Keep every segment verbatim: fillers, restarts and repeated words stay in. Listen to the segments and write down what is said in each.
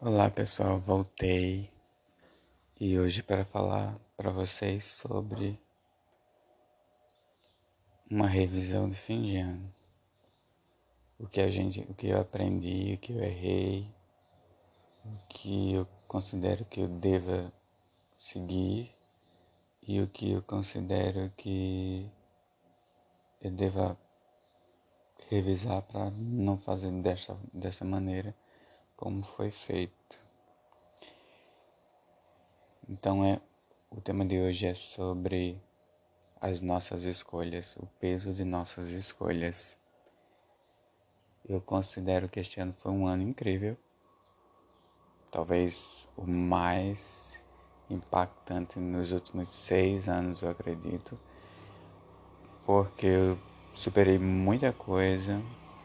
Olá pessoal, voltei e hoje para falar para vocês sobre uma revisão de fim de ano. O que a gente, o que eu aprendi, o que eu errei, o que eu considero que eu deva seguir e o que eu considero que eu deva revisar para não fazer dessa, dessa maneira como foi feito. Então é o tema de hoje é sobre as nossas escolhas, o peso de nossas escolhas. Eu considero que este ano foi um ano incrível, talvez o mais impactante nos últimos seis anos, eu acredito, porque eu superei muita coisa,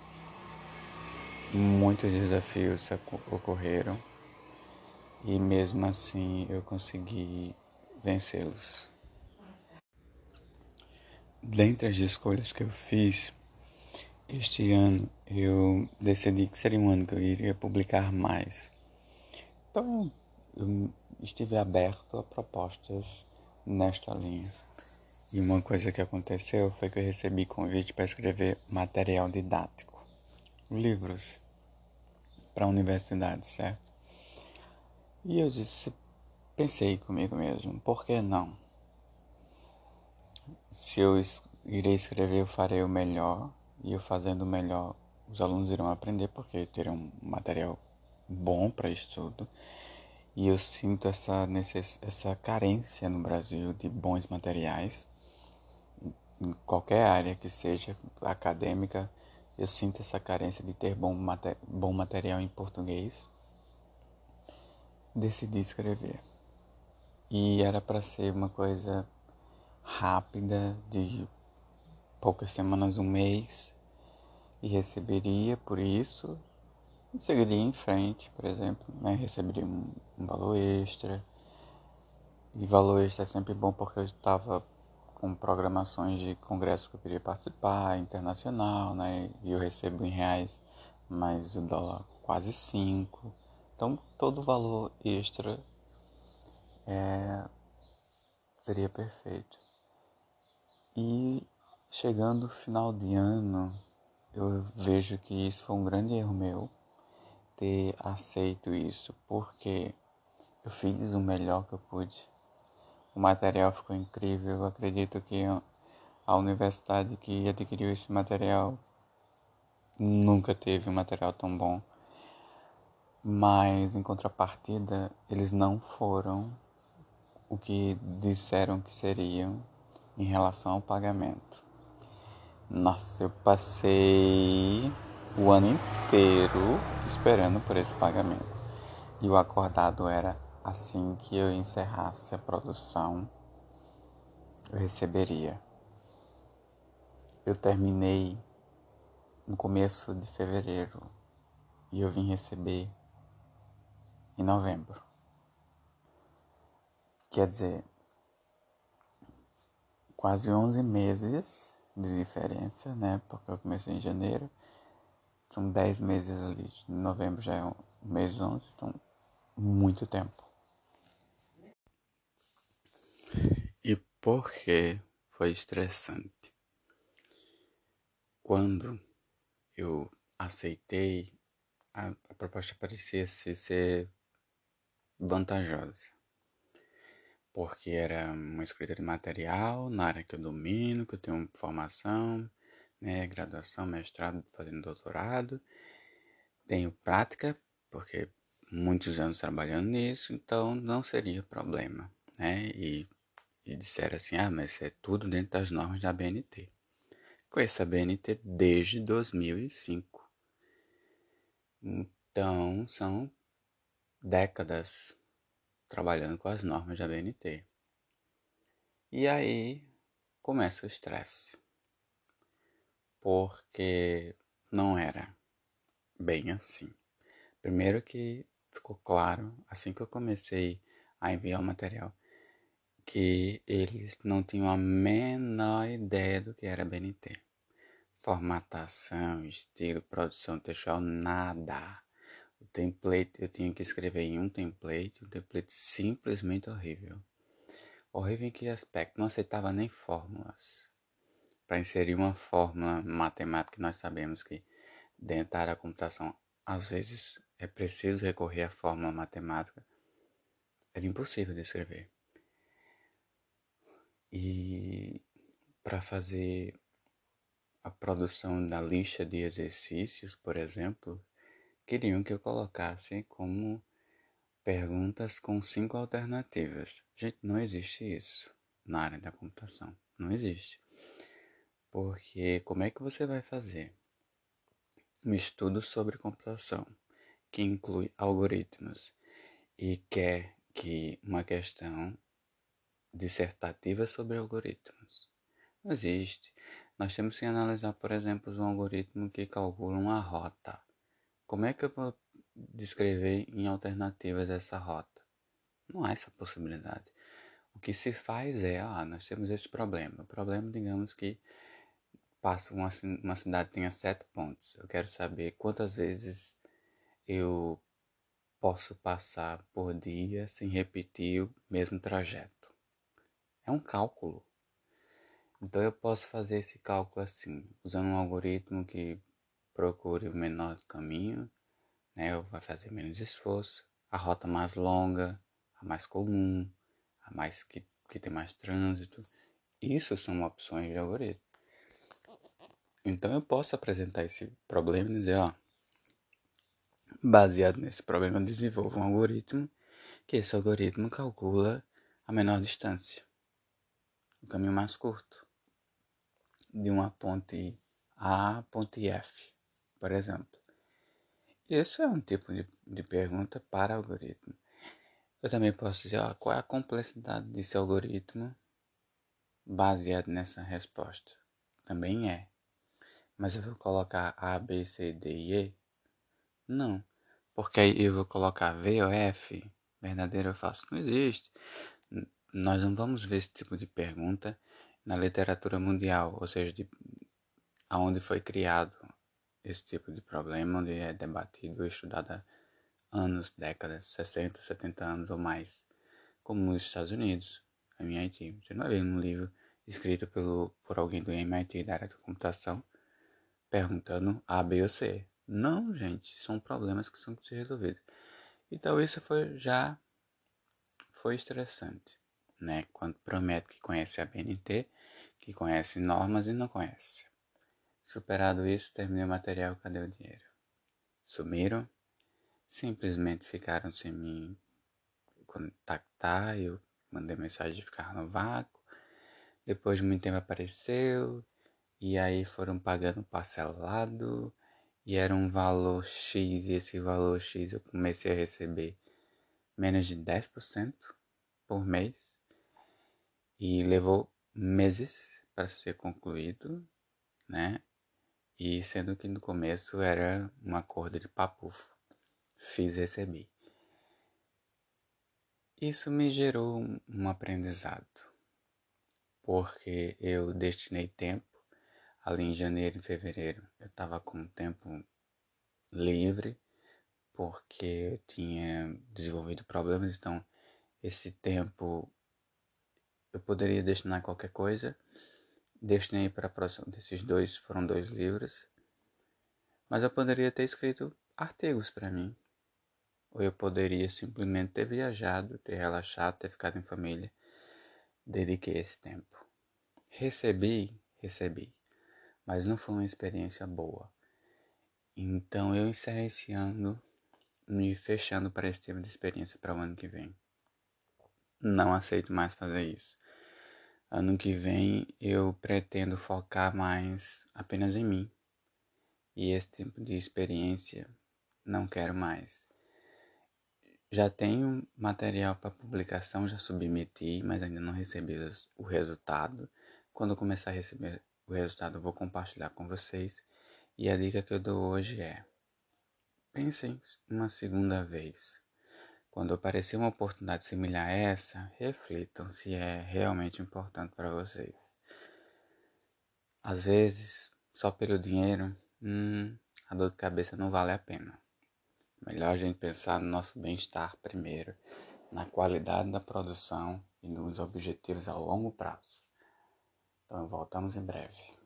muitos desafios ocorreram e mesmo assim eu consegui vencê-los. Dentre as escolhas que eu fiz, este ano eu decidi que seria um ano que eu iria publicar mais. Então eu estive aberto a propostas nesta linha. E uma coisa que aconteceu foi que eu recebi convite para escrever material didático, livros para a universidade, certo? E eu disse, pensei comigo mesmo, por que não? Se eu irei escrever, eu farei o melhor, e eu fazendo o melhor, os alunos irão aprender porque terão um material bom para estudo. E eu sinto essa, necess... essa carência no Brasil de bons materiais, em qualquer área que seja acadêmica, eu sinto essa carência de ter bom, mater... bom material em português. Decidi escrever. E era para ser uma coisa rápida, de poucas semanas, um mês, e receberia por isso, e seguiria em frente, por exemplo, né? Receberia um, um valor extra. E valor extra é sempre bom porque eu estava com programações de congressos que eu queria participar, internacional, né? E eu recebo em reais, mas o dólar quase cinco. Então todo o valor extra é, seria perfeito. E chegando no final de ano, eu vejo que isso foi um grande erro meu, ter aceito isso, porque eu fiz o melhor que eu pude. O material ficou incrível. Eu acredito que a universidade que adquiriu esse material nunca teve um material tão bom. Mas, em contrapartida, eles não foram o que disseram que seriam em relação ao pagamento. Nossa, eu passei o ano inteiro esperando por esse pagamento. E o acordado era assim que eu encerrasse a produção, eu receberia. Eu terminei no começo de fevereiro e eu vim receber em novembro. Quer dizer, quase onze meses de diferença, né? Porque eu comecei em janeiro, são dez meses ali. Novembro já é o mês onze, então muito tempo. E por que foi estressante? Quando eu aceitei, a, a proposta parecia ser vantajosa. Porque era uma escrita de material na área que eu domino, que eu tenho formação, né, graduação, mestrado, fazendo doutorado. Tenho prática, porque muitos anos trabalhando nisso, então não seria problema, né? E, e disseram assim, ah, mas isso é tudo dentro das normas da B N T. Conheço a B N T desde dois mil e cinco. Então, são décadas trabalhando com as normas da B N T. E aí começa o estresse, porque não era bem assim. Primeiro que ficou claro, assim que eu comecei a enviar o material, que eles não tinham a menor ideia do que era B N T. Formatação, estilo, produção textual, nada. O template, eu tinha que escrever em um template, um template simplesmente horrível. Horrível em que aspecto? Não aceitava nem fórmulas. Para inserir uma fórmula matemática, nós sabemos que dentro da área da computação, às vezes é preciso recorrer à fórmula matemática. Era impossível de escrever. E para fazer a produção da lista de exercícios, por exemplo, queriam que eu colocasse como perguntas com cinco alternativas. Gente, não existe isso na área da computação. Não existe. Porque como é que você vai fazer um estudo sobre computação que inclui algoritmos e quer que uma questão dissertativa sobre algoritmos? Não existe. Nós temos que analisar, por exemplo, um algoritmo que calcula uma rota. Como é que eu vou descrever em alternativas essa rota? Não há essa possibilidade. O que se faz é, ah, nós temos esse problema. O problema, digamos que passa uma, uma cidade tenha sete pontos. Eu quero saber quantas vezes eu posso passar por dia sem repetir o mesmo trajeto. É um cálculo. Então eu posso fazer esse cálculo assim, usando um algoritmo que procure o menor caminho, né? Vai fazer menos esforço, a rota mais longa, a mais comum, a mais que, que tem mais trânsito. Isso são opções de algoritmo. Então eu posso apresentar esse problema e dizer, ó, baseado nesse problema eu desenvolvo um algoritmo, que esse algoritmo calcula a menor distância, o caminho mais curto, de uma ponte A a ponte F, por exemplo. Isso é um tipo de, de pergunta para algoritmo. Eu também posso dizer, ó, qual é a complexidade desse algoritmo baseado nessa resposta. Também é. Mas eu vou colocar A, B, C, D e E? Não. Porque aí eu vou colocar V ou F, verdadeiro ou falso. Não existe. Nós não vamos ver esse tipo de pergunta na literatura mundial, ou seja, de aonde foi criado esse tipo de problema, onde é debatido e estudado há anos, décadas, sessenta, setenta anos ou mais, como nos Estados Unidos, M I T. Você não vai ver um livro escrito pelo, por alguém do M I T da área da computação perguntando A, B ou C. Não, gente, são problemas que são que ser resolvidos. Então isso foi, já foi estressante, né? Quando promete que conhece a B N T, que conhece normas e não conhece. Superado isso, terminei o material, cadê o dinheiro? Sumiram, simplesmente ficaram sem me contactar, eu mandei mensagem de ficar no vácuo. Depois de muito tempo apareceu, e aí foram pagando parcelado, e era um valor X, e esse valor X eu comecei a receber menos de dez por cento por mês, e levou meses para ser concluído, né? E sendo que no começo era uma corda de papufo. Fiz e recebi. Isso me gerou um aprendizado, porque eu destinei tempo, ali em janeiro e fevereiro, eu estava com tempo livre, porque eu tinha desenvolvido problemas, então esse tempo eu poderia destinar a qualquer coisa. Destinei para a próxima desses dois, foram dois livros, mas eu poderia ter escrito artigos para mim, ou eu poderia simplesmente ter viajado, ter relaxado, ter ficado em família. Dediquei esse tempo. Recebi, recebi, mas não foi uma experiência boa. Então eu encerrei esse ano me fechando para esse tipo de experiência para o ano que vem. Não aceito mais fazer isso. Ano que vem eu pretendo focar mais apenas em mim. E esse tipo de experiência não quero mais. Já tenho material para publicação, já submeti, mas ainda não recebi o resultado. Quando eu começar a receber o resultado, eu vou compartilhar com vocês. E a dica que eu dou hoje é: pensem uma segunda vez. Quando aparecer uma oportunidade similar a essa, reflitam se é realmente importante para vocês. Às vezes, só pelo dinheiro, hum, a dor de cabeça não vale a pena. Melhor a gente pensar no nosso bem-estar primeiro, na qualidade da produção e nos objetivos a longo prazo. Então voltamos em breve.